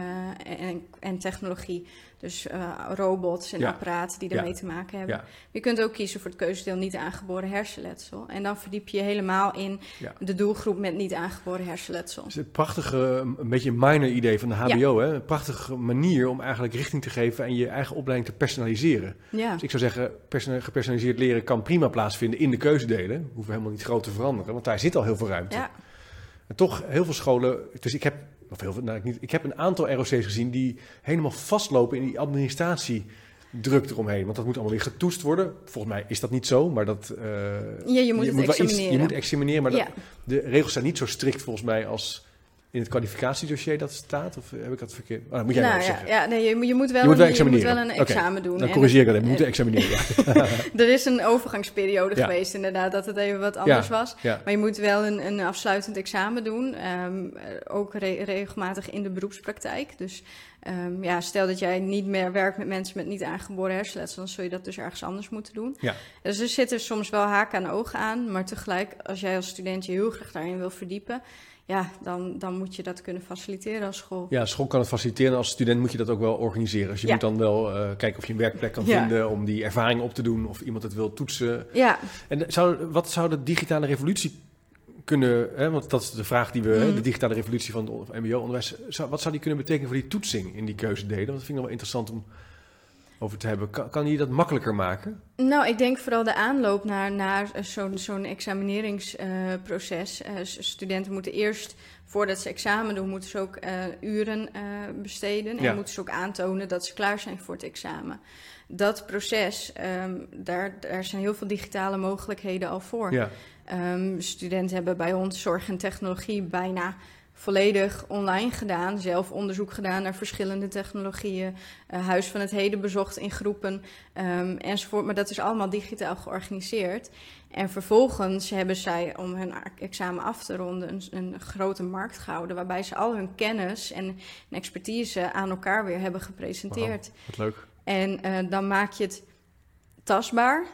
en technologie. Dus robots en apparaten die ermee te maken hebben. Ja. Je kunt ook kiezen voor het keuzedeel niet aangeboren hersenletsel. En dan verdiep je helemaal in de doelgroep met niet aangeboren hersenletsel.
Het is een prachtige, een beetje een minor idee van de HBO. Hè? Een prachtige manier om eigenlijk richting te geven en je eigen opleiding te personaliseren. Ja. Dus ik zou zeggen, gepersonaliseerd leren kan prima plaatsvinden in de keuzedelen. We hoeven helemaal niet groot te veranderen, want daar zit al heel veel ruimte. Ja. En toch, heel veel scholen... Dus ik heb een aantal ROC's gezien die helemaal vastlopen in die administratiedruk eromheen. Want dat moet allemaal weer getoetst worden. Volgens mij is dat niet zo, maar dat...
je moet het examineren.
Je moet examineren, maar de regels zijn niet zo strikt volgens mij als in het kwalificatiedossier dat staat? Of heb ik dat verkeerd? Oh, dat moet jij
Nou,
wel zeggen.
ja, nee, je moet wel,
Je moet wel
je moet
examineren.
wel een examen doen.
Dan
En
corrigeer ik dat. We moeten examineren. Ja.
er is een overgangsperiode
Ja.
geweest inderdaad, dat het even wat anders was.
Ja.
Maar je moet wel een afsluitend examen doen. Ook regelmatig in de beroepspraktijk. Dus stel dat jij niet meer werkt met mensen met niet aangeboren hersenletsel, dan zul je dat dus ergens anders moeten doen.
Ja.
Dus er zitten soms wel haken aan ogen aan. Maar tegelijk, als jij als student je heel graag daarin wil verdiepen, ja, dan moet je dat kunnen faciliteren als school.
Ja, school kan het faciliteren. Als student moet je dat ook wel organiseren. Dus je moet dan wel kijken of je een werkplek kan vinden om die ervaring op te doen. Of iemand het wil toetsen.
Ja.
En wat zou de digitale revolutie kunnen... want dat is de vraag die we... de digitale revolutie van het mbo-onderwijs. Wat zou die kunnen betekenen voor die toetsing in die keuzedelen? Want dat vind ik nog wel interessant om over te hebben. Kan die dat makkelijker maken?
Nou, ik denk vooral de aanloop naar zo'n examineringsproces. Studenten moeten eerst, voordat ze examen doen, moeten ze ook uren besteden. En moeten ze ook aantonen dat ze klaar zijn voor het examen. Dat proces, daar zijn heel veel digitale mogelijkheden al voor.
Ja.
Studenten hebben bij ons zorg en technologie bijna volledig online gedaan, zelf onderzoek gedaan naar verschillende technologieën, Huis van het Heden bezocht in groepen enzovoort. Maar dat is allemaal digitaal georganiseerd. En vervolgens hebben zij, om hun examen af te ronden, een grote markt gehouden, waarbij ze al hun kennis en expertise aan elkaar weer hebben gepresenteerd.
Wow, wat leuk.
En dan maak je het tastbaar.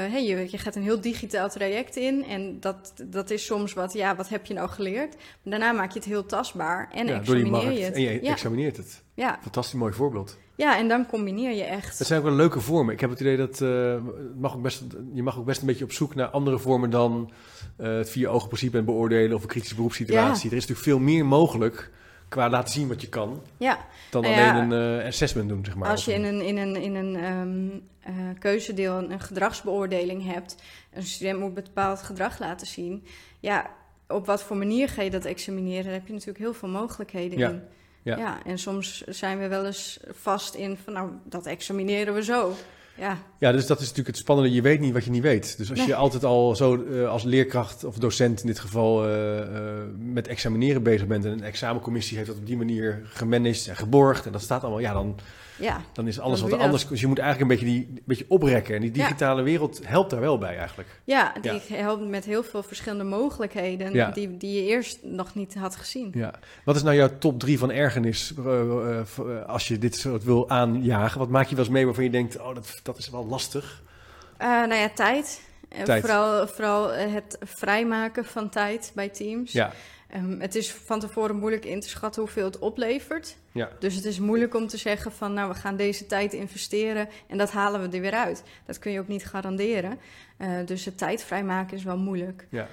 Je gaat een heel digitaal traject in en dat is soms wat heb je nou geleerd? Maar daarna maak je het heel tastbaar en examineer je het.
En je examineert het.
Ja.
Fantastisch mooi voorbeeld.
Ja, en dan combineer je echt.
Dat zijn ook wel leuke vormen. Ik heb het idee dat je mag ook best een beetje op zoek naar andere vormen dan het 4-ogen-principe en beoordelen of een kritische beroepssituatie. Er is natuurlijk veel meer mogelijk qua laten zien wat je kan, dan alleen een assessment doen, zeg maar.
Als je in een keuzedeel een gedragsbeoordeling hebt, een student moet bepaald gedrag laten zien, op wat voor manier ga je dat examineren? Daar heb je natuurlijk heel veel mogelijkheden in. Ja, en soms zijn we wel eens vast in van, dat examineren we zo. Ja,
dus dat is natuurlijk het spannende. Je weet niet wat je niet weet. Dus als je altijd al zo als leerkracht of docent in dit geval met examineren bezig bent en een examencommissie heeft dat op die manier gemanaged en geborgd en dat staat allemaal, dan is alles wat anders. Dus je moet eigenlijk een beetje oprekken. En die digitale wereld helpt daar wel bij eigenlijk.
Ja, die helpt met heel veel verschillende mogelijkheden die je eerst nog niet had gezien. Ja.
Wat is nou jouw top 3 van ergernis als je dit soort wil aanjagen? Wat maak je wel eens mee waarvan je denkt, dat is wel lastig?
Tijd. Vooral het vrijmaken van tijd bij teams. Ja. Het is van tevoren moeilijk in te schatten hoeveel het oplevert. Ja. Dus het is moeilijk om te zeggen van, we gaan deze tijd investeren en dat halen we er weer uit. Dat kun je ook niet garanderen. Dus het tijd vrijmaken is wel moeilijk. Ja.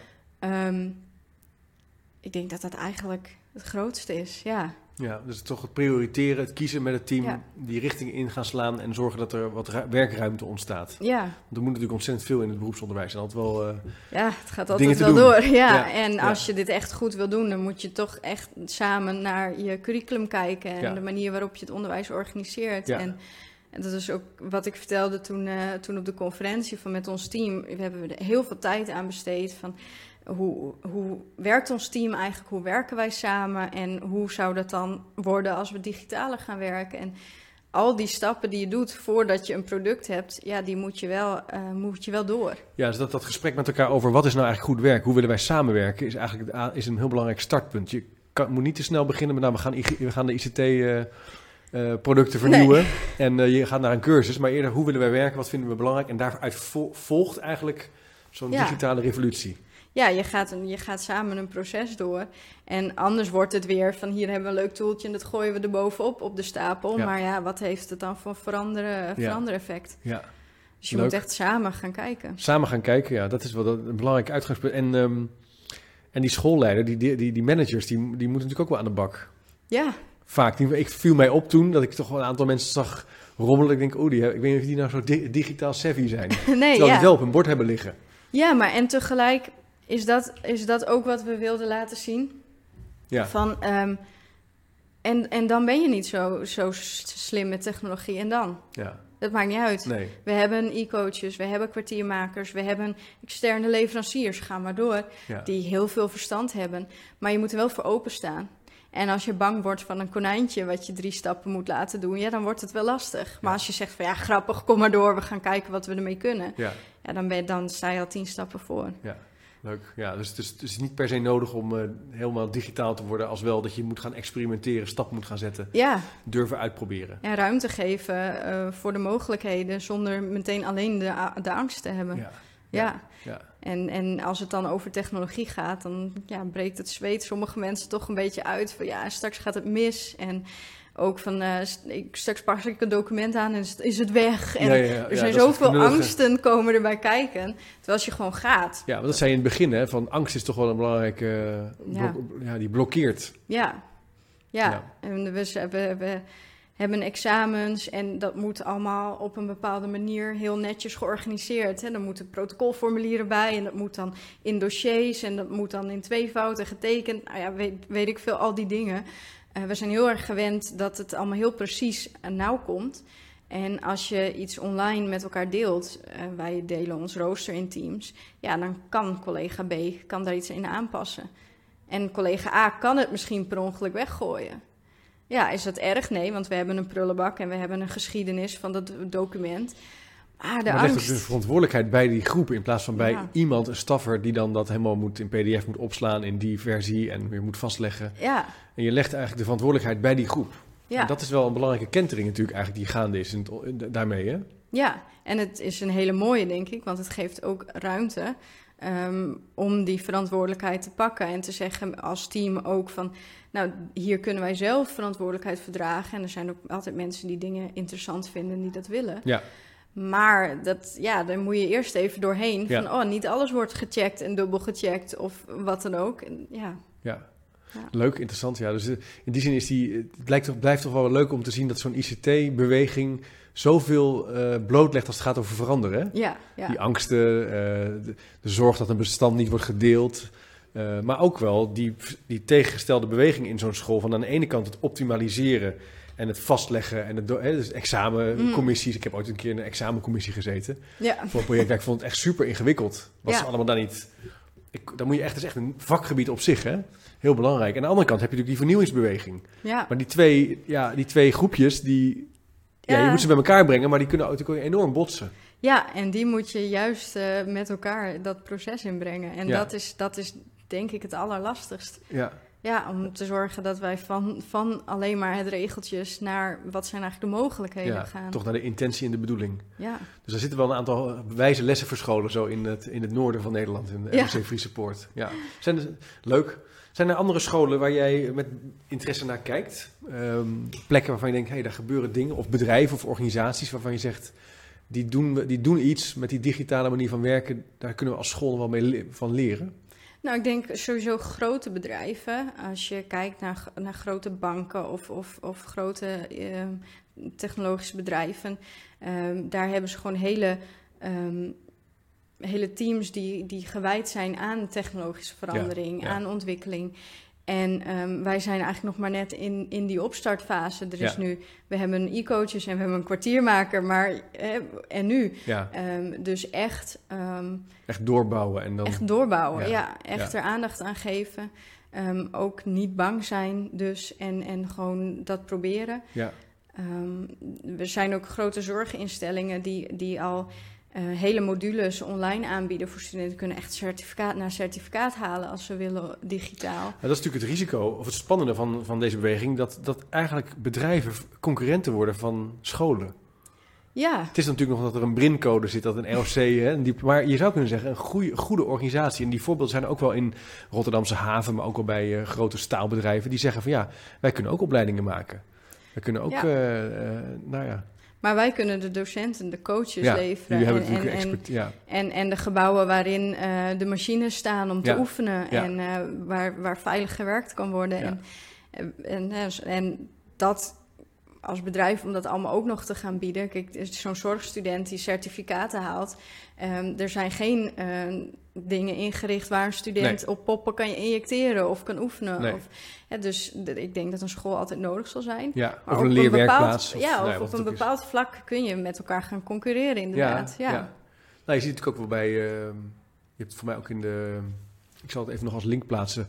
Ik denk dat dat eigenlijk het grootste is,
Ja, dus toch het prioriteren, het kiezen met het team, die richting in gaan slaan en zorgen dat er wat werkruimte ontstaat. Ja. Want er moet natuurlijk ontzettend veel in het beroepsonderwijs en altijd wel
het gaat altijd wel door. En als je dit echt goed wil doen, dan moet je toch echt samen naar je curriculum kijken en de manier waarop je het onderwijs organiseert. Ja. En dat is ook wat ik vertelde toen op de conferentie van met ons team. We hebben er heel veel tijd aan besteed van hoe werkt ons team eigenlijk? Hoe werken wij samen? En hoe zou dat dan worden als we digitaler gaan werken? En al die stappen die je doet voordat je een product hebt, die moet je wel door. Ja, dus
dat gesprek met elkaar over wat is nou eigenlijk goed werk? Hoe willen wij samenwerken? Is eigenlijk een heel belangrijk startpunt. Je moet niet te snel beginnen met we gaan de ICT producten vernieuwen. Nee. En je gaat naar een cursus. Maar eerder, hoe willen wij werken? Wat vinden we belangrijk? En daaruit volgt eigenlijk zo'n digitale revolutie.
Ja, je gaat samen een proces door. En anders wordt het weer van hier hebben we een leuk toeltje en dat gooien we er bovenop op de stapel. Ja. Maar wat heeft het dan voor veranderen effect? Ja. Dus je moet echt samen gaan kijken.
Samen gaan kijken, dat is wel een belangrijk uitgangspunt. En die schoolleider, die managers, die moeten natuurlijk ook wel aan de bak. Ja. Vaak. Ik viel mij op toen dat ik toch wel een aantal mensen zag rommelen. Ik denk, ik weet niet of die nou zo digitaal savvy zijn. Terwijl die wel op een bord hebben liggen.
Ja, maar en tegelijk is dat ook wat we wilden laten zien. Ja. En dan ben je niet zo slim met technologie. En dan? Ja. Dat maakt niet uit. Nee. We hebben e-coaches, we hebben kwartiermakers, we hebben externe leveranciers, ga maar door, die heel veel verstand hebben. Maar je moet er wel voor openstaan. En als je bang wordt van een konijntje wat je 3 stappen moet laten doen, ja, dan wordt het wel lastig. Maar als je zegt van ja, grappig, kom maar door, we gaan kijken wat we ermee kunnen. Ja, dan sta je al 10 stappen voor.
Ja, leuk. Ja, dus het is niet per se nodig om helemaal digitaal te worden, als wel dat je moet gaan experimenteren, stappen moet gaan zetten. Ja. Durven uitproberen.
En ruimte geven voor de mogelijkheden, zonder meteen alleen de angst te hebben. Ja. En als het dan over technologie gaat, dan breekt het zweet sommige mensen toch een beetje uit. Van ja, straks gaat het mis. En ook van, straks pas ik een document aan en is het weg. En er zijn zoveel angsten komen erbij kijken. Terwijl als je gewoon gaat.
Ja, want dat zei je in het begin, hè, van angst is toch wel een belangrijke... die blokkeert.
Ja. En we hebben examens en dat moet allemaal op een bepaalde manier heel netjes georganiseerd. Hè. Dan moeten protocolformulieren bij en dat moet dan in dossiers en dat moet dan in 2-voudig getekend. Nou ja, weet ik veel, al die dingen. We zijn heel erg gewend dat het allemaal heel precies en nauw komt. En als je iets online met elkaar deelt, wij delen ons rooster in Teams, ja, dan kan collega B daar iets in aanpassen. En collega A kan het misschien per ongeluk weggooien. Ja, is dat erg? Nee, want we hebben een prullenbak en we hebben een geschiedenis van dat document. Maar
legt ook de verantwoordelijkheid bij die groep in plaats van bij iemand, een staffer, die dan dat helemaal in PDF moet opslaan in die versie en weer moet vastleggen. Ja. En je legt eigenlijk de verantwoordelijkheid bij die groep. Ja. En dat is wel een belangrijke kentering natuurlijk eigenlijk die gaande is daarmee, hè? Ja,
en het is een hele mooie, denk ik, want het geeft ook ruimte om die verantwoordelijkheid te pakken en te zeggen als team ook van, nou, hier kunnen wij zelf verantwoordelijkheid verdragen. En er zijn ook altijd mensen die dingen interessant vinden en die dat willen. Ja. Maar daar moet je eerst even doorheen van, niet alles wordt gecheckt en dubbel gecheckt of wat dan ook.
Ja. Leuk, interessant. Ja. Dus in die zin het blijft toch wel leuk om te zien dat zo'n ICT-beweging zoveel blootlegt als het gaat over veranderen. Hè? Ja. Die angsten, de zorg dat een bestand niet wordt gedeeld. Maar ook wel die tegengestelde beweging in zo'n school. Van aan de ene kant het optimaliseren en het vastleggen en dus examencommissies. Ik heb ooit een keer in een examencommissie gezeten voor een project. Ik vond het echt super ingewikkeld. Was allemaal daar niet... Dan moet je echt, het is echt een vakgebied op zich, hè? Heel belangrijk. En aan de andere kant heb je natuurlijk die vernieuwingsbeweging. Ja. Maar die twee groepjes, je moet ze bij elkaar brengen, maar die kunnen natuurlijk enorm botsen.
Ja, en die moet je juist met elkaar dat proces inbrengen. En dat is denk ik het allerlastigst. Ja, om te zorgen dat wij van alleen maar het regeltjes naar wat zijn eigenlijk de mogelijkheden gaan.
Toch naar de intentie en de bedoeling. Ja. Dus daar zitten wel een aantal wijze lessen verscholen zo in het noorden van Nederland, in de ROC Friese Poort. Ja. Leuk. Zijn er andere scholen waar jij met interesse naar kijkt? Plekken waarvan je denkt, daar gebeuren dingen, of bedrijven of organisaties waarvan je zegt, die doen iets met die digitale manier van werken, daar kunnen we als school wel mee van leren?
Nou, ik denk sowieso grote bedrijven. Als je kijkt naar grote banken of grote technologische bedrijven, daar hebben ze gewoon hele teams die gewijd zijn aan technologische verandering, aan ontwikkeling. En wij zijn eigenlijk nog maar net in die opstartfase. We hebben een e-coaches en we hebben een kwartiermaker, maar en nu? Ja. Dus echt...
echt doorbouwen. En dan...
Echt doorbouwen, er aandacht aan geven. Ook niet bang zijn dus en gewoon dat proberen. Ja. We zijn ook grote zorginstellingen die al... hele modules online aanbieden voor studenten, kunnen echt certificaat na certificaat halen als ze willen digitaal.
Dat is natuurlijk het risico, of het spannende van deze beweging, dat eigenlijk bedrijven concurrenten worden van scholen. Ja. Het is natuurlijk nog dat er een BRIN-code zit, dat een ROC, maar je zou kunnen zeggen een goede organisatie. En die voorbeelden zijn ook wel in Rotterdamse haven, maar ook wel bij grote staalbedrijven, die zeggen van wij kunnen ook opleidingen maken. Wij kunnen ook,
Maar wij kunnen de docenten, de coaches leveren en de gebouwen waarin de machines staan om te oefenen en waar veilig gewerkt kan worden. Ja. En dat als bedrijf om dat allemaal ook nog te gaan bieden. Kijk, zo'n zorgstudent die certificaten haalt. Er zijn geen dingen ingericht waar een student op poppen kan injecteren of kan oefenen. Nee. Dus ik denk dat een school altijd nodig zal zijn.
Ja, of een leerwerkplaats.
Op een bepaald vlak kun je met elkaar gaan concurreren inderdaad. Ja.
Nou, je ziet het natuurlijk ook wel bij... je hebt voor mij ook ik zal het even nog als link plaatsen.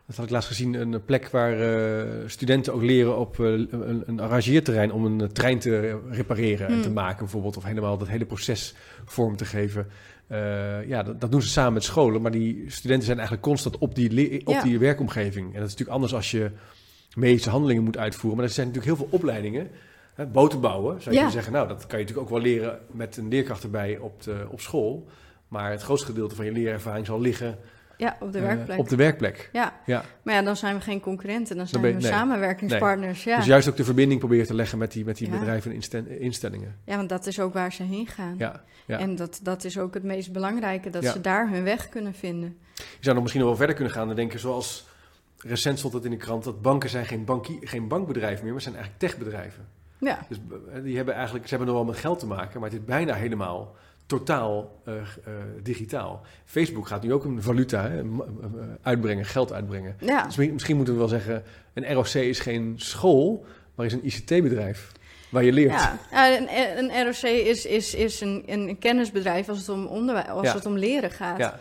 dat had ik laatst gezien, een plek waar studenten ook leren op een rangeerterrein om een trein te repareren en te maken bijvoorbeeld. Of helemaal dat hele proces vorm te geven. Dat doen ze samen met scholen, maar die studenten zijn eigenlijk constant op die werkomgeving. En dat is natuurlijk anders als je medische handelingen moet uitvoeren. Maar er zijn natuurlijk heel veel opleidingen. Boten bouwen, zou je kunnen zeggen. Nou, dat kan je natuurlijk ook wel leren met een leerkracht erbij op school. Maar het grootste gedeelte van je leerervaring zal liggen op de werkplek.
Ja. Maar dan zijn we geen concurrenten, dan zijn we samenwerkingspartners. Nee.
Ja. Dus juist ook de verbinding proberen te leggen met die bedrijven en instellingen.
Ja, want dat is ook waar ze heen gaan. Ja. En dat is ook het meest belangrijke, dat ze daar hun weg kunnen vinden.
Je zou nog misschien nog wel verder kunnen gaan en denken, zoals recent stond het in de krant, dat banken zijn geen bankbedrijven meer, maar zijn eigenlijk techbedrijven. Ja. Dus ze hebben nog wel met geld te maken, maar het is bijna helemaal totaal digitaal. Facebook gaat nu ook een valuta uitbrengen, geld uitbrengen. Ja. Dus misschien moeten we wel zeggen, een ROC is geen school, maar is een ICT-bedrijf waar je leert.
Ja, een ROC is een kennisbedrijf als het om leren gaat. Ja.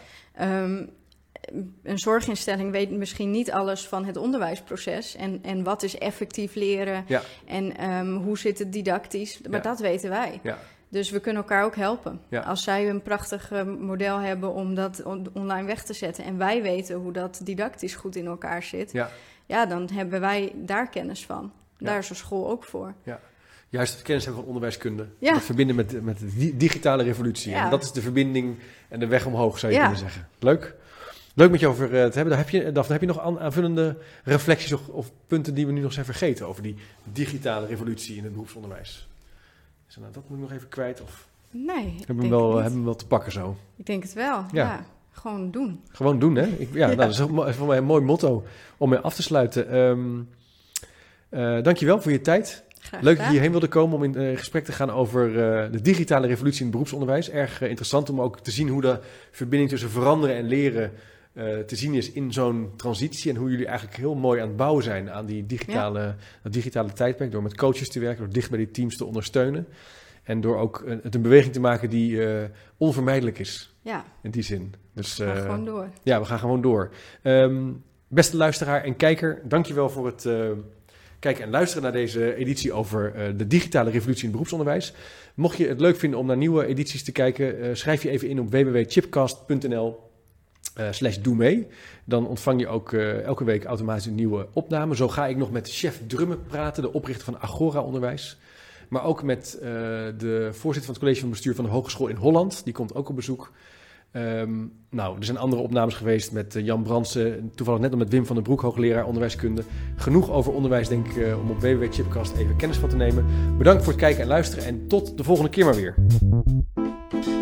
Een zorginstelling weet misschien niet alles van het onderwijsproces en wat is effectief leren en hoe zit het didactisch, maar dat weten wij. Ja. Dus we kunnen elkaar ook helpen. Ja. Als zij een prachtig model hebben om dat online weg te zetten en wij weten hoe dat didactisch goed in elkaar zit, dan hebben wij daar kennis van. Daar is een school ook voor. Ja.
Juist het kennis hebben van onderwijskunde. Ja. Dat verbinden met de digitale revolutie. Ja. En dat is de verbinding en de weg omhoog, zou je kunnen zeggen. Leuk met je over te hebben. Daphne, heb je nog aanvullende reflecties of punten die we nu nog zijn vergeten over die digitale revolutie in het beroepsonderwijs? Dat moet ik nog even kwijt? Of
nee,
hebben we hem wel te pakken zo?
Ik denk het wel, ja. Gewoon doen.
Gewoon doen, hè? Dat is voor mij een mooi motto om mee af te sluiten. Dankjewel voor je tijd.
Graag
leuk dat je hierheen wilde komen om in gesprek te gaan over de digitale revolutie in het beroepsonderwijs. Erg interessant om ook te zien hoe de verbinding tussen veranderen en leren te zien is in zo'n transitie. En hoe jullie eigenlijk heel mooi aan het bouwen zijn aan dat digitale tijdperk. Door met coaches te werken, door dicht bij die teams te ondersteunen. En door ook het een beweging te maken die onvermijdelijk is. Ja. In die zin. Dus,
we gaan gewoon door.
Ja, we gaan gewoon door. Beste luisteraar en kijker, dankjewel voor het kijken en luisteren naar deze editie over de digitale revolutie in het beroepsonderwijs. Mocht je het leuk vinden om naar nieuwe edities te kijken, schrijf je even in op www.chipcast.nl/doe mee. Dan ontvang je ook elke week automatisch een nieuwe opname. Zo ga ik nog met chef Drummen praten, de oprichter van Agora Onderwijs. Maar ook met de voorzitter van het college van bestuur van de Hogeschool in Holland. Die komt ook op bezoek. Er zijn andere opnames geweest met Jan Brandsen. Toevallig net nog met Wim van den Broek, hoogleraar onderwijskunde. Genoeg over onderwijs, denk ik, om op www.chipcast even kennis van te nemen. Bedankt voor het kijken en luisteren en tot de volgende keer maar weer.